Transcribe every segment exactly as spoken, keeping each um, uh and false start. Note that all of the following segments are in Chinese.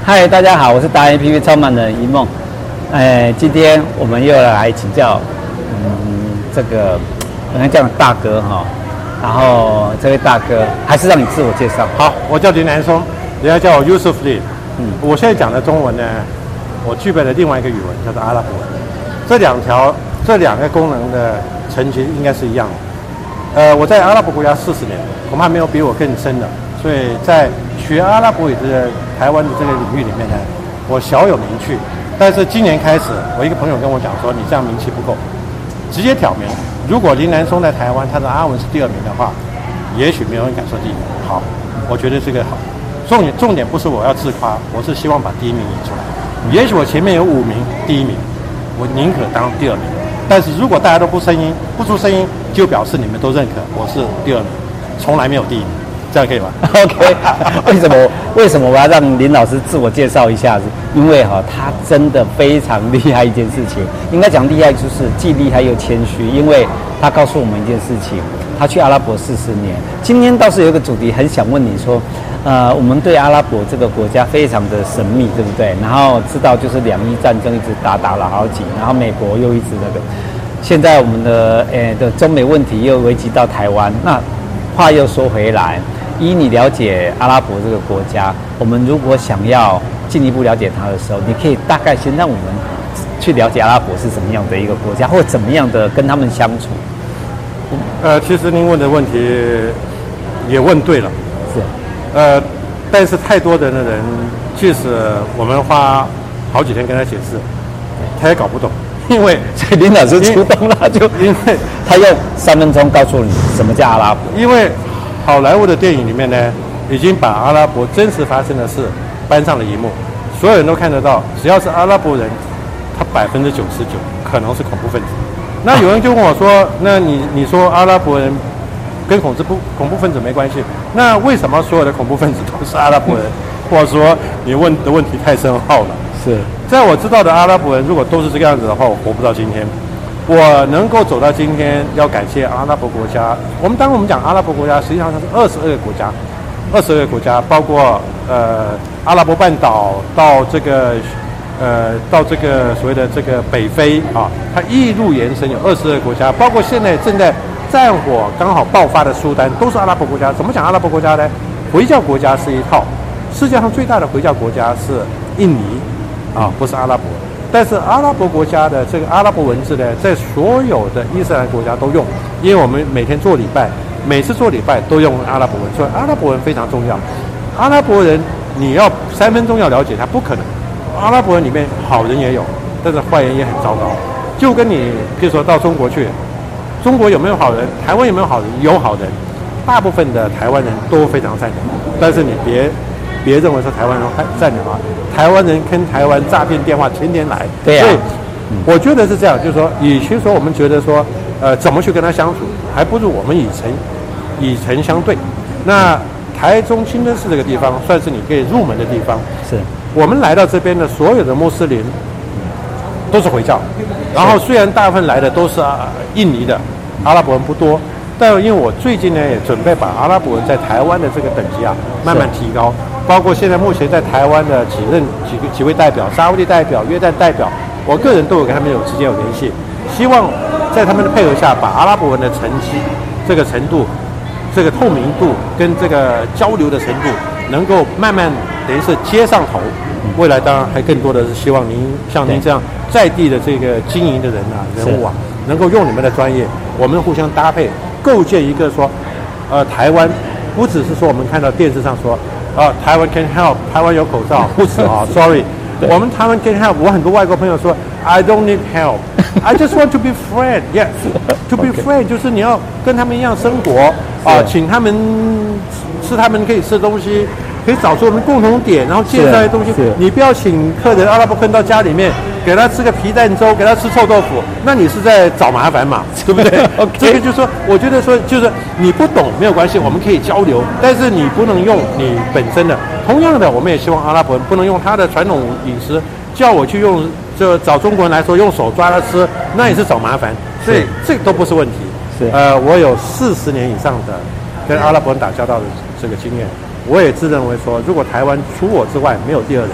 嗨，大家好，我是达人 A P P 创办人一梦。哎，今天我们又来请教，嗯，这个我们这样的大哥哈，然后这位大哥还是让你自我介绍。 好，我叫林南松，人家叫我 Yusuf Lee。嗯，我现在讲的中文呢，我具备了另外一个语文，叫做阿拉伯文。这两条这两个功能的层级应该是一样的。呃，我在阿拉伯国家四十年，恐怕没有比我更深的，所以在学阿拉伯语的台湾的这个领域里面呢，我小有名气。但是今年开始，我一个朋友跟我讲说，你这样名气不够，直接挑明，如果林南松在台湾，他的阿文是第二名的话，也许没有人敢说第一名。好，我觉得这个好。重点重点不是我要自夸，我是希望把第一名赢出来。也许我前面有五名第一名，我宁可当第二名。但是如果大家都不声音不出声音，就表示你们都认可我是第二名，从来没有第一名。这样可以吗 ？OK， 为什么为什么我要让林老师自我介绍一下子？因为哈、哦，他真的非常厉害一件事情，应该讲厉害就是既厉害又谦虚，因为他告诉我们一件事情，他去阿拉伯四十年。今天倒是有一个主题很想问你说，呃，我们对阿拉伯这个国家非常的神秘，对不对？然后知道就是两伊战争一直打打了好几，然后美国又一直那个，现在我们的呃的中美问题又危及到台湾。那话又说回来。依你了解阿拉伯这个国家，我们如果想要进一步了解它的时候，你可以大概先让我们去了解阿拉伯是什么样的一个国家，或者怎么样的跟他们相处。 呃，其实您问的问题也问对了， 是， 呃，但是太多的人，即使我们花好几天跟他解释，他也搞不懂，因为所以林老师出动了，就因为他用三分钟告诉你什么叫阿拉伯， 因为。好莱坞的电影里面呢，已经把阿拉伯真实发生的事搬上了荧幕，所有人都看得到。只要是阿拉伯人，他百分之九十九可能是恐怖分子。那有人就问我说：“那你你说阿拉伯人跟恐怖不恐怖分子没关系？那为什么所有的恐怖分子都是阿拉伯人？”或者说你问的问题太深奥了。 是， 在我知道的阿拉伯人，如果都是这个样子的话，我活不到今天。我能够走到今天，要感谢阿拉伯国家。我们当我们讲阿拉伯国家，实际上它是二十二个国家，二十二个国家包括呃阿拉伯半岛到这个呃到这个所谓的这个北非啊，它一路延伸有二十二个国家，包括现在正在战火刚好爆发的苏丹，都是阿拉伯国家。怎么讲阿拉伯国家呢？回教国家是一套，世界上最大的回教国家是印尼啊，不是阿拉伯。但是阿拉伯国家的这个阿拉伯文字呢，在所有的伊斯兰国家都用，因为我们每天做礼拜，每次做礼拜都用阿拉伯文，所以阿拉伯文非常重要。阿拉伯人你要三分钟要了解他不可能，阿拉伯人里面好人也有，但是坏人也很糟糕。就跟你譬如说到中国去，中国有没有好人？台湾有没有好人？有好人，大部分的台湾人都非常善良，但是你别。别认为说台湾人善良啊，台湾人跟台湾诈骗电话天天来， 对呀、啊。 所以我觉得是这样，就是说，与其说我们觉得说，呃，怎么去跟他相处，还不如我们以诚以诚相对。那台中清真寺这个地方，算是你可以入门的地方。 是我们来到这边的所有的穆斯林都是回教，然后虽然大部分来的都是啊印尼的，阿拉伯人不多。但因为我最近呢也准备把阿拉伯人在台湾的这个等级啊慢慢提高，包括现在目前在台湾的几任几个几位代表，沙烏地代表、约旦代表，我个人都有跟他们有直接有联系，希望在他们的配合下，把阿拉伯文的成绩、这个程度、这个透明度跟这个交流的程度，能够慢慢等于是接上头。未来当然还更多的是希望您像您这样在地的这个经营的人啊、人物啊，能够用你们的专业，我们互相搭配。构建一个说，呃，台湾不只是说我们看到电视上说，啊，台湾 can help， 台湾有口罩，不止啊 ，sorry， 我们台湾 can help。我很多外国朋友说 ，I don't need help，I just want to be friend，yes，to be friend 就是你要跟他们一样生活啊，请他们吃他们可以吃的东西。可以找出我们共同点，然后介绍一些东西。你不要请客人阿拉伯客人到家里面，给他吃个皮蛋粥，给他吃臭豆腐，那你是在找麻烦嘛，对不对？ okay. 这个就是说，我觉得说，就是你不懂没有关系，我们可以交流，但是你不能用你本身的。同样的，我们也希望阿拉伯人不能用他的传统饮食，叫我去用，就找中国人来说，用手抓着吃，那也是找麻烦。所以这个都不是问题。是呃，我有四十年以上的跟阿拉伯人打交道的这个经验。我也自认为说，如果台湾除我之外没有第二人，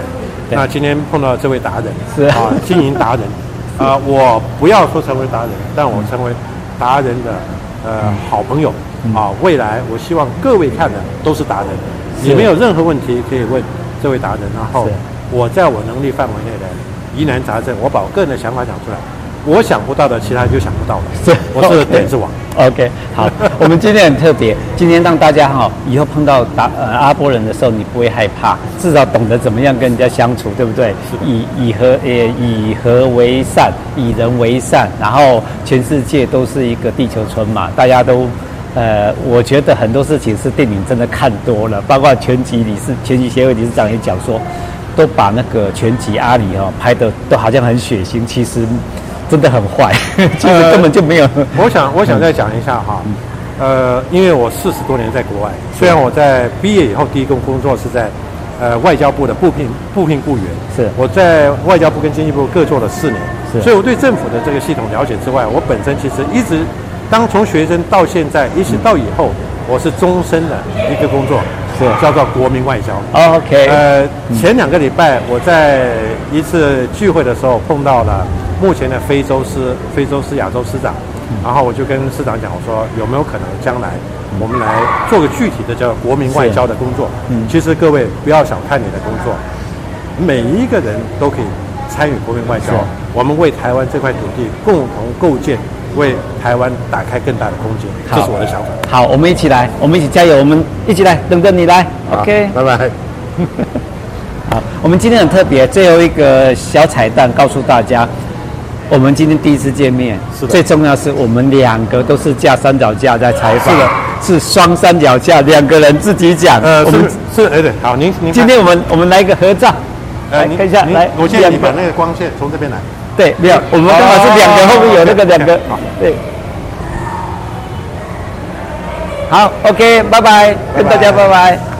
那今天碰到这位达人， 是啊，经营达人，啊，我不要说成为达人，但我成为达人的呃好朋友啊。未来我希望各位看的都是达人，你没有任何问题可以问这位达人，然后我在我能力范围内的疑难杂症，我把我个人的想法讲出来。我想不到的，其他人就想不到了。 是， 我是点子王。 OK， 好，我们今天很特别，今天让大家哈，以后碰到达呃阿拉伯人的时候，你不会害怕，至少懂得怎么样跟人家相处，对不对？以以和呃以和为善，以人为善，然后全世界都是一个地球村嘛，大家都。呃，我觉得很多事情是电影真的看多了，包括拳击理事、拳击协会理事长也讲说，都把那个拳击阿里哦拍的都好像很血腥，其实真的很坏，其实根本就没有。 呃、我想，我想再讲一下哈，嗯、呃，因为我四十多年在国外，虽然我在毕业以后第一份工作是在呃外交部的部聘部聘雇员， 是我在外交部跟经济部各做了四年，所以我对政府的这个系统了解之外，我本身其实一直。当从学生到现在，一直到以后，我是终身的一个工作，是叫做国民外交。 Oh, OK， 呃，前两个礼拜我在一次聚会的时候碰到了目前的非洲司、非洲司亚洲司长，然后我就跟司长讲，我说有没有可能将来我们来做个具体的叫国民外交的工作？嗯，其实各位不要小看你的工作，每一个人都可以参与国民外交。我们为台湾这块土地共同构建。为台湾打开更大的空间，这是我的想法。 好，我们一起来，我们一起加油，我们一起来，等着你来。OK， 拜拜。 好，我们今天很特别，最后一个小彩蛋告诉大家，我们今天第一次见面，是的。最重要是我们两个都是架三脚架在采访，是的，是双三脚架，两个人自己讲。 呃，我们是哎对，好，您您今天我们我们来一个合照， 呃，来看一下，来，我建议你把那个光线从这边来。 对，没有，我们刚好是两个，后面有那个两个，对。好 ，OK， 拜拜，跟大家拜拜。